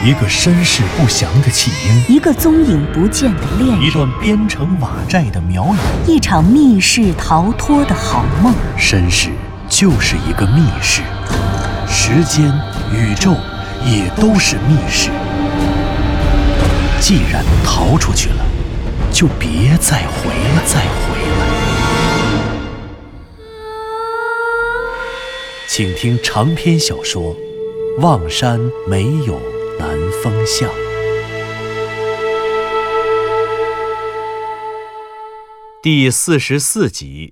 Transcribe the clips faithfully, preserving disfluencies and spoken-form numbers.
一个身世不详的弃婴， 一个踪影不见的恋人， 一段编成瓦寨的苗语， 一场密室逃脱的好梦。 身世就是一个密室，时间、宇宙也都是密室。既然逃出去了，就别再回来，再回来。请听长篇小说《望山没有南风向》第四十四集。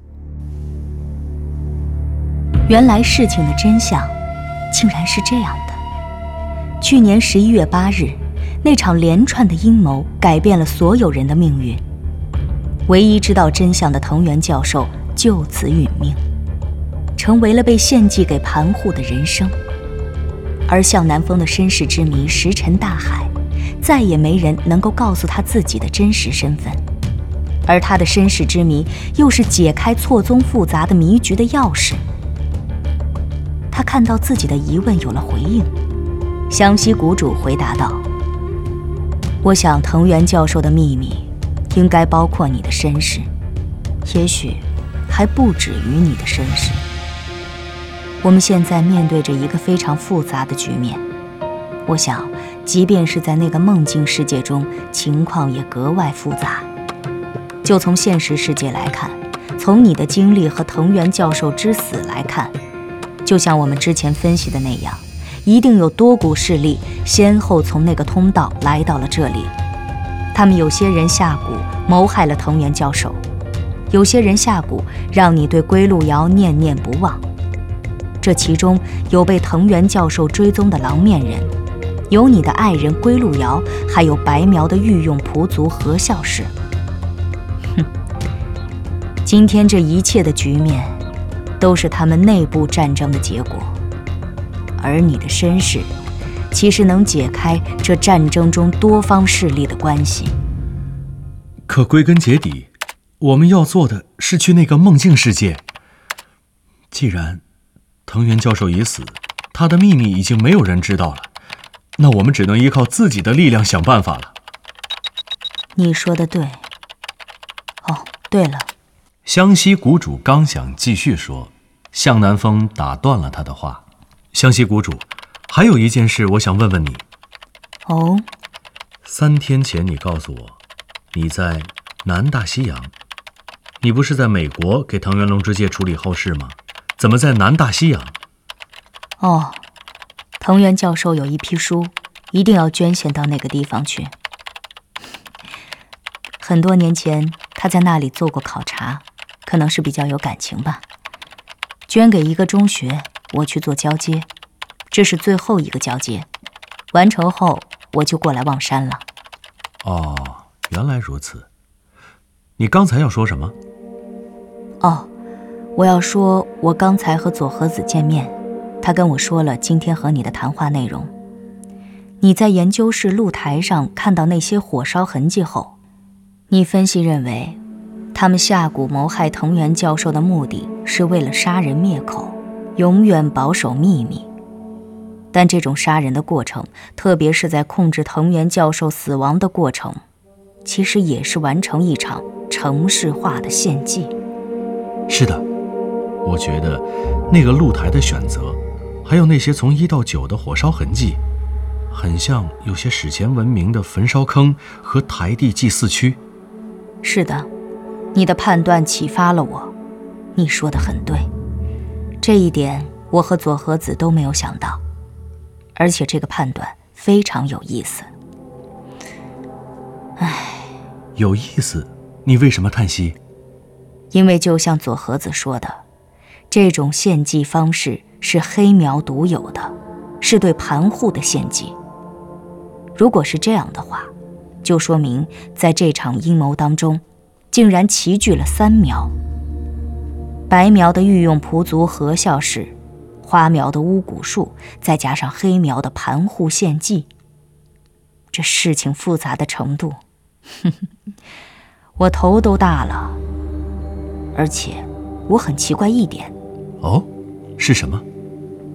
原来事情的真相竟然是这样的。去年十一月八日，那场连串的阴谋改变了所有人的命运。唯一知道真相的藤原教授就此殒命，成为了被献祭给盘户的人生。而向南风的身世之谜石沉大海，再也没人能够告诉他自己的真实身份。而他的身世之谜又是解开错综复杂的谜局的钥匙。他看到自己的疑问有了回应。湘西谷主回答道：我想藤原教授的秘密应该包括你的身世，也许还不止于你的身世。我们现在面对着一个非常复杂的局面，我想即便是在那个梦境世界中，情况也格外复杂。就从现实世界来看，从你的经历和藤原教授之死来看，就像我们之前分析的那样，一定有多股势力先后从那个通道来到了这里。他们有些人下蛊谋害了藤原教授，有些人下蛊让你对归路遥念念不忘。这其中有被藤原教授追踪的狼面人，有你的爱人归路遥，还有白苗的御用仆族何孝氏。哼，今天这一切的局面都是他们内部战争的结果，而你的身世其实能解开这战争中多方势力的关系。 可归根结底，我们要做的是去那个梦境世界。既然藤原教授已死，他的秘密已经没有人知道了，那我们只能依靠自己的力量想办法了。 你说的对。哦，对了。 湘西谷主刚想继续说，向南风打断了他的话。湘西谷主，还有一件事我想问问你。 哦。 三天前你告诉我，你在南大西洋。你不是在美国给藤原龙之介处理后事吗？怎么在南大西洋？ 哦，藤原教授有一批书，一定要捐献到那个地方去。很多年前他在那里做过考察，可能是比较有感情吧。捐给一个中学，我去做交接，这是最后一个交接，完成后我就过来望山了。 哦，原来如此。你刚才要说什么？ 哦，我要说我刚才和佐和子见面，他跟我说了今天和你的谈话内容。你在研究室露台上看到那些火烧痕迹后，你分析认为他们下蛊谋害藤原教授的目的是为了杀人灭口，永远保守秘密。但这种杀人的过程，特别是在控制藤原教授死亡的过程，其实也是完成一场程式化的献祭。 是的，我觉得那个露台的选择，还有那些从一到九的火烧痕迹，很像有些史前文明的焚烧坑和台地祭祀区。 是的，你的判断启发了我，你说得很对。这一点我和佐和子都没有想到，而且这个判断非常有意思。唉， 有意思？你为什么叹息？ 因为就像佐和子说的，这种献祭方式是黑苗独有的，是对盘户的献祭。如果是这样的话，就说明在这场阴谋当中，竟然齐聚了三苗：白苗的御用仆族何孝氏，花苗的巫蛊术，再加上黑苗的盘户献祭。这事情复杂的程度，哼哼，我头都大了。而且我很奇怪一点。 哦，是什么？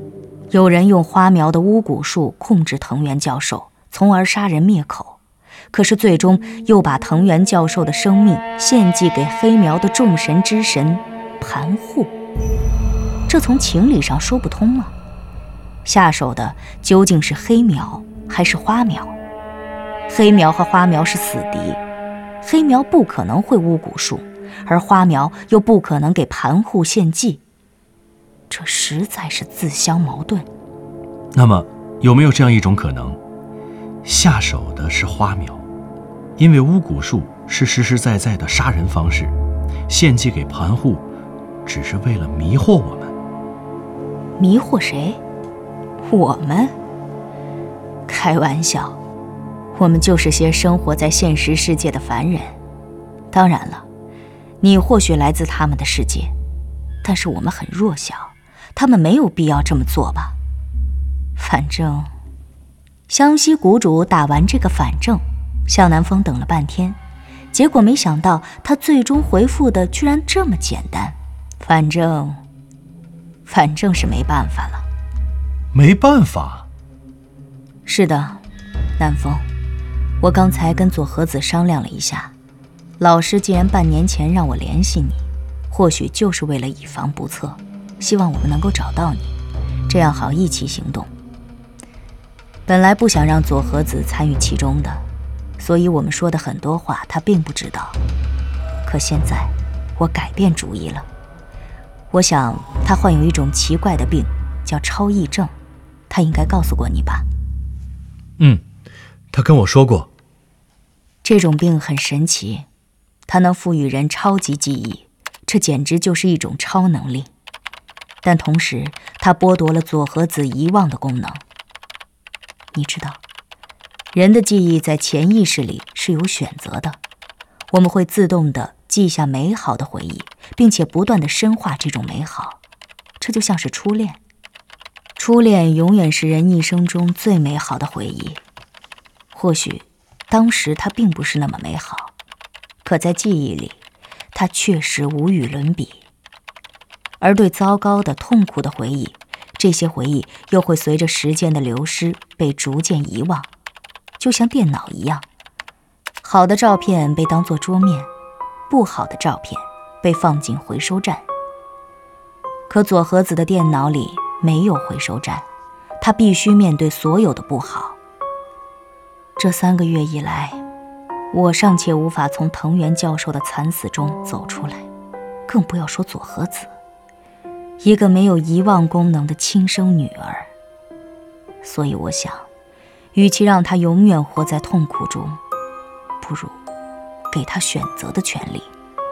有人用花苗的巫蛊术控制藤原教授，从而杀人灭口，可是最终又把藤原教授的生命献祭给黑苗的众神之神盘户，这从情理上说不通啊。下手的究竟是黑苗还是花苗？黑苗和花苗是死敌，黑苗不可能会巫蛊术，而花苗又不可能给盘户献祭，这实在是自相矛盾。 那么有没有这样一种可能，下手的是花苗，因为巫蛊术是实实在在的杀人方式，献祭给盘户只是为了迷惑我们？ 迷惑谁？我们？开玩笑，我们就是些生活在现实世界的凡人。当然了，你或许来自他们的世界，但是我们很弱小，他们没有必要这么做吧。反正湘西谷主打完这个反正，向南风等了半天，结果没想到他最终回复的居然这么简单。反正反正是没办法了。 没办法？ 是的，南风，我刚才跟佐和子商量了一下，老师既然半年前让我联系你，或许就是为了以防不测，希望我们能够找到你，这样好一起行动。本来不想让佐和子参与其中的，所以我们说的很多话他并不知道。可现在我改变主意了，我想他患有一种奇怪的病，叫超忆症，他应该告诉过你吧？ 嗯，他跟我说过。 这种病很神奇，它能赋予人超级记忆，这简直就是一种超能力。但同时，它剥夺了佐和子遗忘的功能。你知道，人的记忆在潜意识里是有选择的，我们会自动地记下美好的回忆，并且不断地深化这种美好。这就像是初恋，初恋永远是人一生中最美好的回忆。或许当时它并不是那么美好，可在记忆里，它确实无与伦比。而对糟糕的、痛苦的回忆，这些回忆又会随着时间的流失被逐渐遗忘，就像电脑一样。好的照片被当作桌面，不好的照片被放进回收站。可佐和子的电脑里没有回收站，他必须面对所有的不好。这三个月以来，我尚且无法从藤原教授的惨死中走出来，更不要说佐和子，一个没有遗忘功能的亲生女儿。所以我想，与其让她永远活在痛苦中，不如给她选择的权利。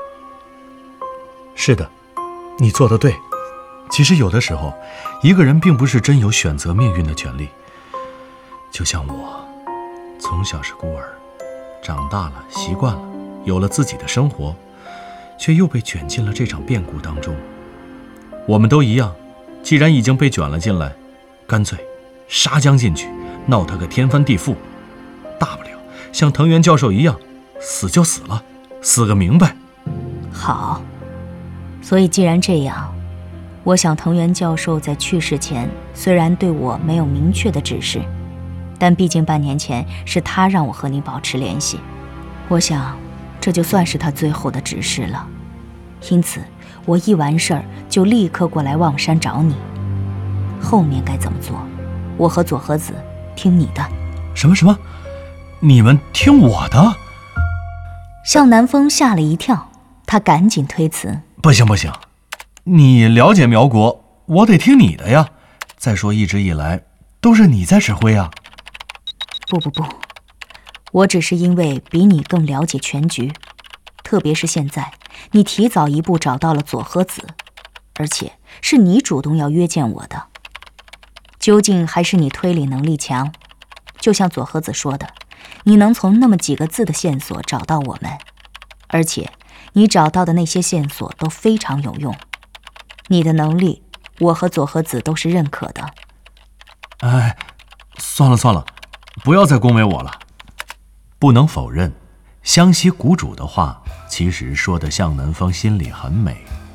是的，你做得对。其实有的时候，一个人并不是真有选择命运的权利。就像我，从小是孤儿，长大了，习惯了，有了自己的生活，却又被卷进了这场变故当中。我们都一样，既然已经被卷了进来，干脆杀将进去，闹他个天翻地覆，大不了像藤原教授一样，死就死了，死个明白。 好，所以既然这样，我想藤原教授在去世前虽然对我没有明确的指示，但毕竟半年前是他让我和你保持联系，我想这就算是他最后的指示了。因此我一完事儿就立刻过来望山找你。后面该怎么做，我和佐和子听你的。 什么什么？你们听我的？ 向南风吓了一跳，他赶紧推辞。 不行不行，你了解苗国，我得听你的呀。再说一直以来都是你在指挥啊。 不不不，我只是因为比你更了解全局，特别是现在你提早一步找到了佐和子，而且是你主动要约见我的。究竟还是你推理能力强，就像佐和子说的，你能从那么几个字的线索找到我们，而且你找到的那些线索都非常有用。你的能力，我和佐和子都是认可的。 哎，算了算了，不要再恭维我了。不能否认，湘西谷主的话其实说得向南风心里很美，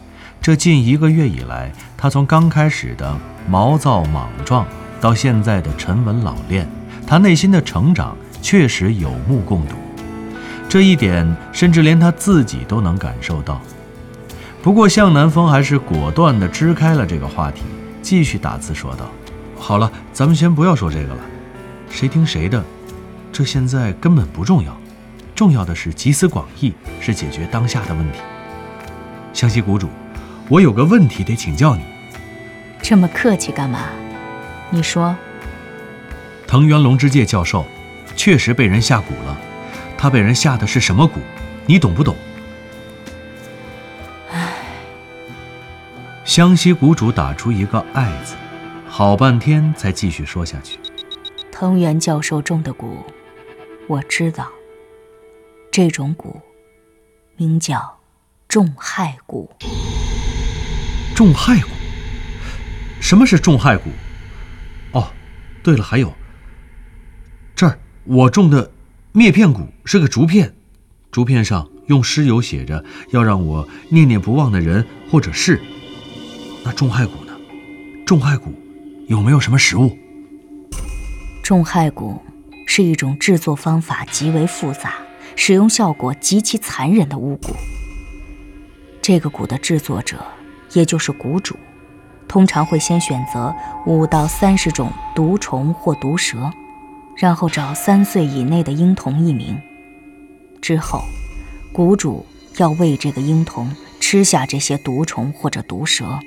这近一个月以来，他从刚开始的毛躁莽撞，到现在的沉稳老练，他内心的成长确实有目共睹。这一点，甚至连他自己都能感受到。不过向南风还是果断地支开了这个话题，继续打字说道：好了，咱们先不要说这个了，谁听谁的，这现在根本不重要，重要的是集思广益，是解决当下的问题。湘西谷主，我有个问题得请教你。 这么客气干嘛？你说。 藤原龙之介教授确实被人下蛊了，他被人下的是什么蛊？你懂不懂？ 唉。 湘西谷主打出一个爱字，好半天才继续说下去。 藤原教授中的蛊，我知道。这种蛊名叫重害蛊。 重害蛊？什么是重害蛊？哦，对了，还有这儿我中的灭片蛊是个竹片，竹片上用尸油写着要让我念念不忘的人或者事。那重害蛊呢？重害蛊有没有什么实物？ 重害蛊是一种制作方法极为复杂，使用效果极其残忍的巫蛊。这个蛊的制作者，也就是蛊主，通常会先选择五到三十种毒虫或毒蛇，然后找三岁以内的婴童一名。之后，蛊主要喂这个婴童吃下这些毒虫或者毒蛇。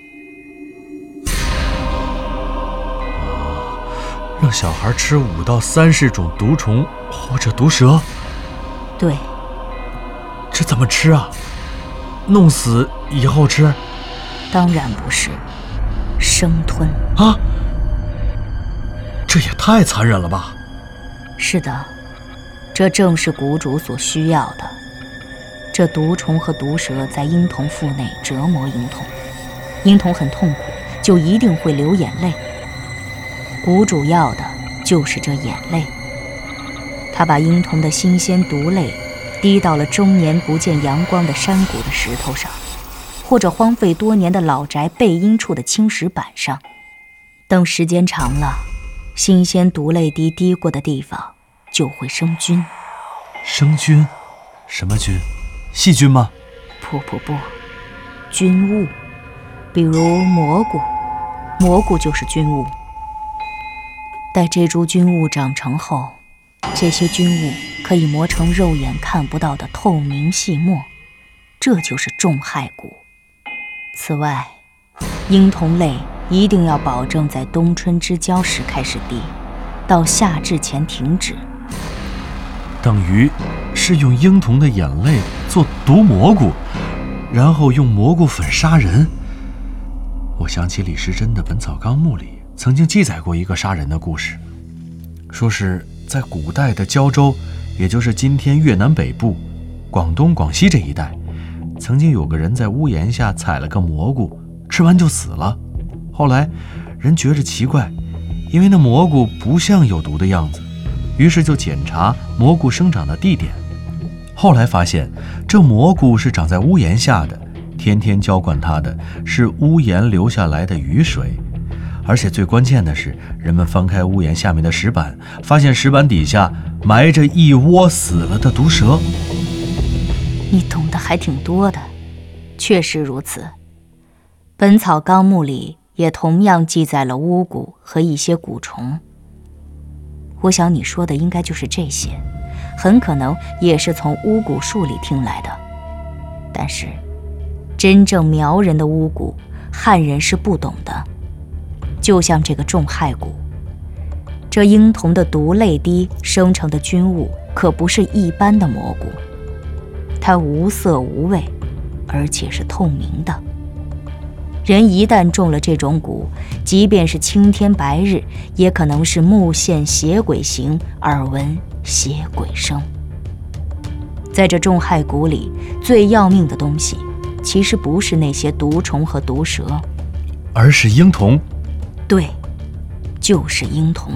让小孩吃五到三十种毒虫或者毒蛇？ 对。 这怎么吃啊？弄死以后吃？ 当然不是，生吞。 啊？这也太残忍了吧！ 是的，这正是蛊主所需要的。这毒虫和毒蛇在婴童腹内折磨婴童，婴童很痛苦，就一定会流眼泪。蛊主要的就是这眼泪。他把婴童的新鲜毒泪滴到了终年不见阳光的山谷的石头上，或者荒废多年的老宅背阴处的青石板上。等时间长了，新鲜毒泪滴滴过的地方就会生菌。 生菌？什么菌？细菌吗？ 不不不，菌物，比如蘑菇，蘑菇就是菌物。待这株菌物长成后，这些菌物可以磨成肉眼看不到的透明细末，这就是重害蛊。此外，婴童泪一定要保证在冬春之交时开始滴，到夏至前停止。 等于是用婴童的眼泪做毒蘑菇，然后用蘑菇粉杀人。我想起李时珍的《本草纲目》里曾经记载过一个杀人的故事，说是在古代的胶州，也就是今天越南北部、广东、广西这一带，曾经有个人在屋檐下采了个蘑菇，吃完就死了。后来人觉着奇怪，因为那蘑菇不像有毒的样子，于是就检查蘑菇生长的地点。后来发现这蘑菇是长在屋檐下的，天天浇灌它的是屋檐流下来的雨水。而且最关键的是，人们翻开屋檐下面的石板，发现石板底下埋着一窝死了的毒蛇。 你懂得还挺多的。确实如此，《本草纲目》里也同样记载了巫蛊和一些蛊虫。我想你说的应该就是这些，很可能也是从巫蛊术里听来的。但是真正苗人的巫蛊，汉人是不懂的。就像这个重害蛊，这婴童的毒泪滴生成的菌物可不是一般的蘑菇，它无色无味，而且是透明的。人一旦中了这种蛊，即便是青天白日，也可能是目现血鬼形，耳闻血鬼声。在这重害蛊里，最要命的东西其实不是那些毒虫和毒蛇， 而是婴童。 对，就是婴童。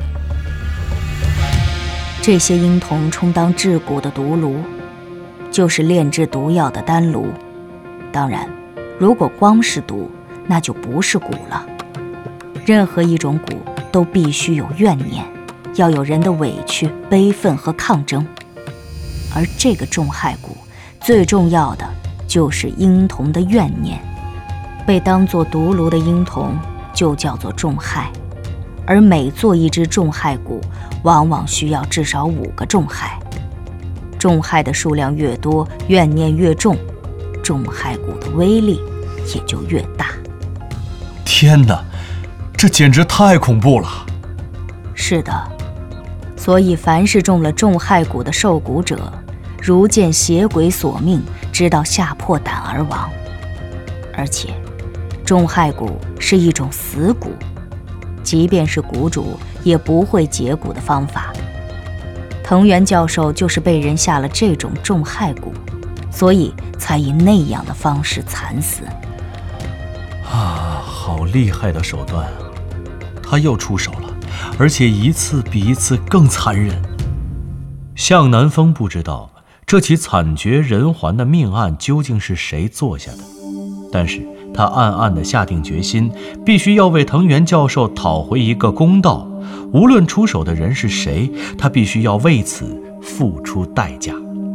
这些婴童充当制蛊的毒炉，就是炼制毒药的丹炉。当然， 如果光是蛊，那就不是蛊了。任何一种蛊都必须有怨念，要有人的委屈、悲愤和抗争。而这个重害蛊，最重要的就是婴童的怨念。被当作毒炉的婴童就叫做重害，而每做一只重害蛊，往往需要至少五个重害。重害的数量越多，怨念越重，重害蛊的威力也就越大。 天哪，这简直太恐怖了！ 是的，所以凡是中了重害蛊的受蛊者，如见邪鬼索命，直到吓破胆而亡。而且重害蛊是一种死蛊，即便是蛊主也不会解蛊的方法。藤原教授就是被人下了这种重害蛊，所以才以那样的方式惨死。 啊，好厉害的手段啊！他又出手了，而且一次比一次更残忍。向南风不知道这起惨绝人寰的命案究竟是谁做下的，但是他暗暗地下定决心，必须要为藤原教授讨回一个公道。无论出手的人是谁，他必须要为此付出代价。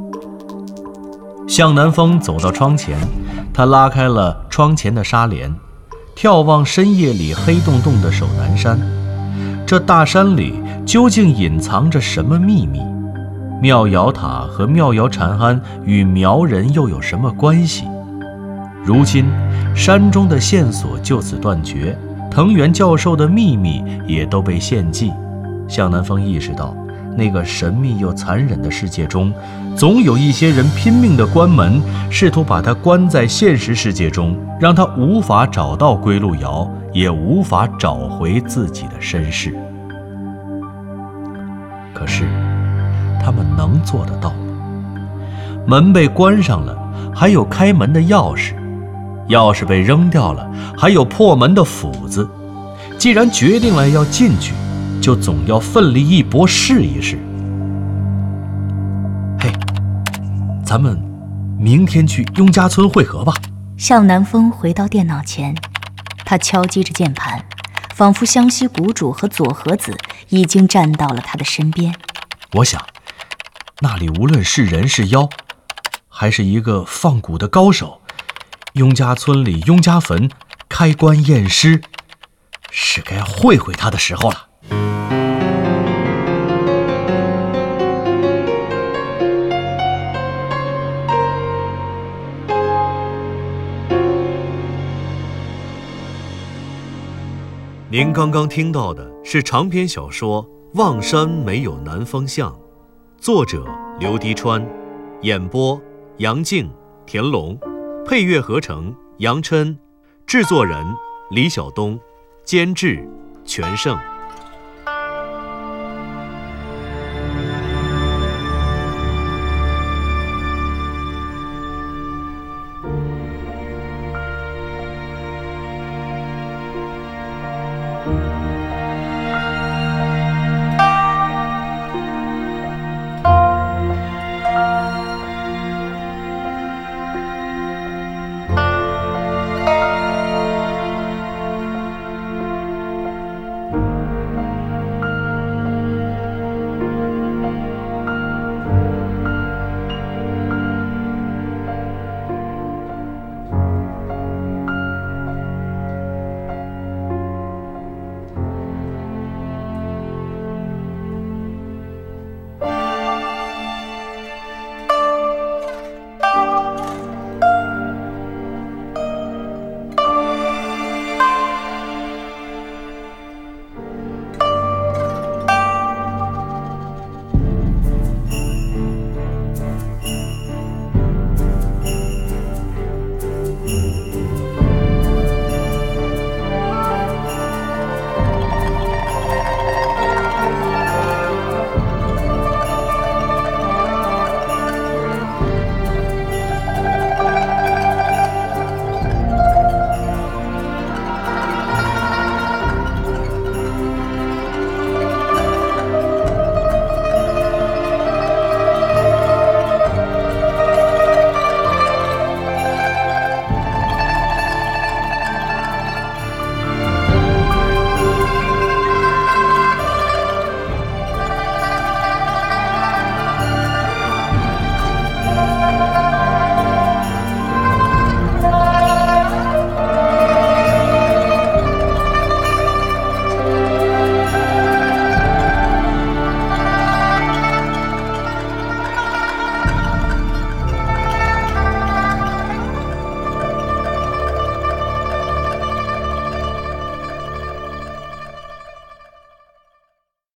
向南风走到窗前，他拉开了窗前的纱帘，眺望深夜里黑洞洞的守南山。这大山里究竟隐藏着什么秘密？妙瑶塔和妙瑶禅庵与苗人又有什么关系？如今山中的线索就此断绝，藤原教授的秘密也都被献祭。向南风意识到，那个神秘又残忍的世界中，总有一些人拼命地关门，试图把他关在现实世界中，让他无法找到归路遥，也无法找回自己的身世。可是他们能做得到吗？门被关上了，还有开门的钥匙；钥匙被扔掉了，还有破门的斧子。既然决定了要进去，就总要奋力一搏，试一试。嘿，咱们明天去雍家村会合吧。 向南风回到电脑前，他敲击着键盘，仿佛湘西谷主和佐和子已经站到了他的身边。 我想那里无论是人是妖，还是一个放蛊的高手，雍家村里雍家坟开棺验尸，是该会会他的时候了。您刚刚听到的是长篇小说《望山没有南方向》，作者刘迪川，演播杨静、田龙，配乐合成杨琛，制作人李晓东，监制全胜。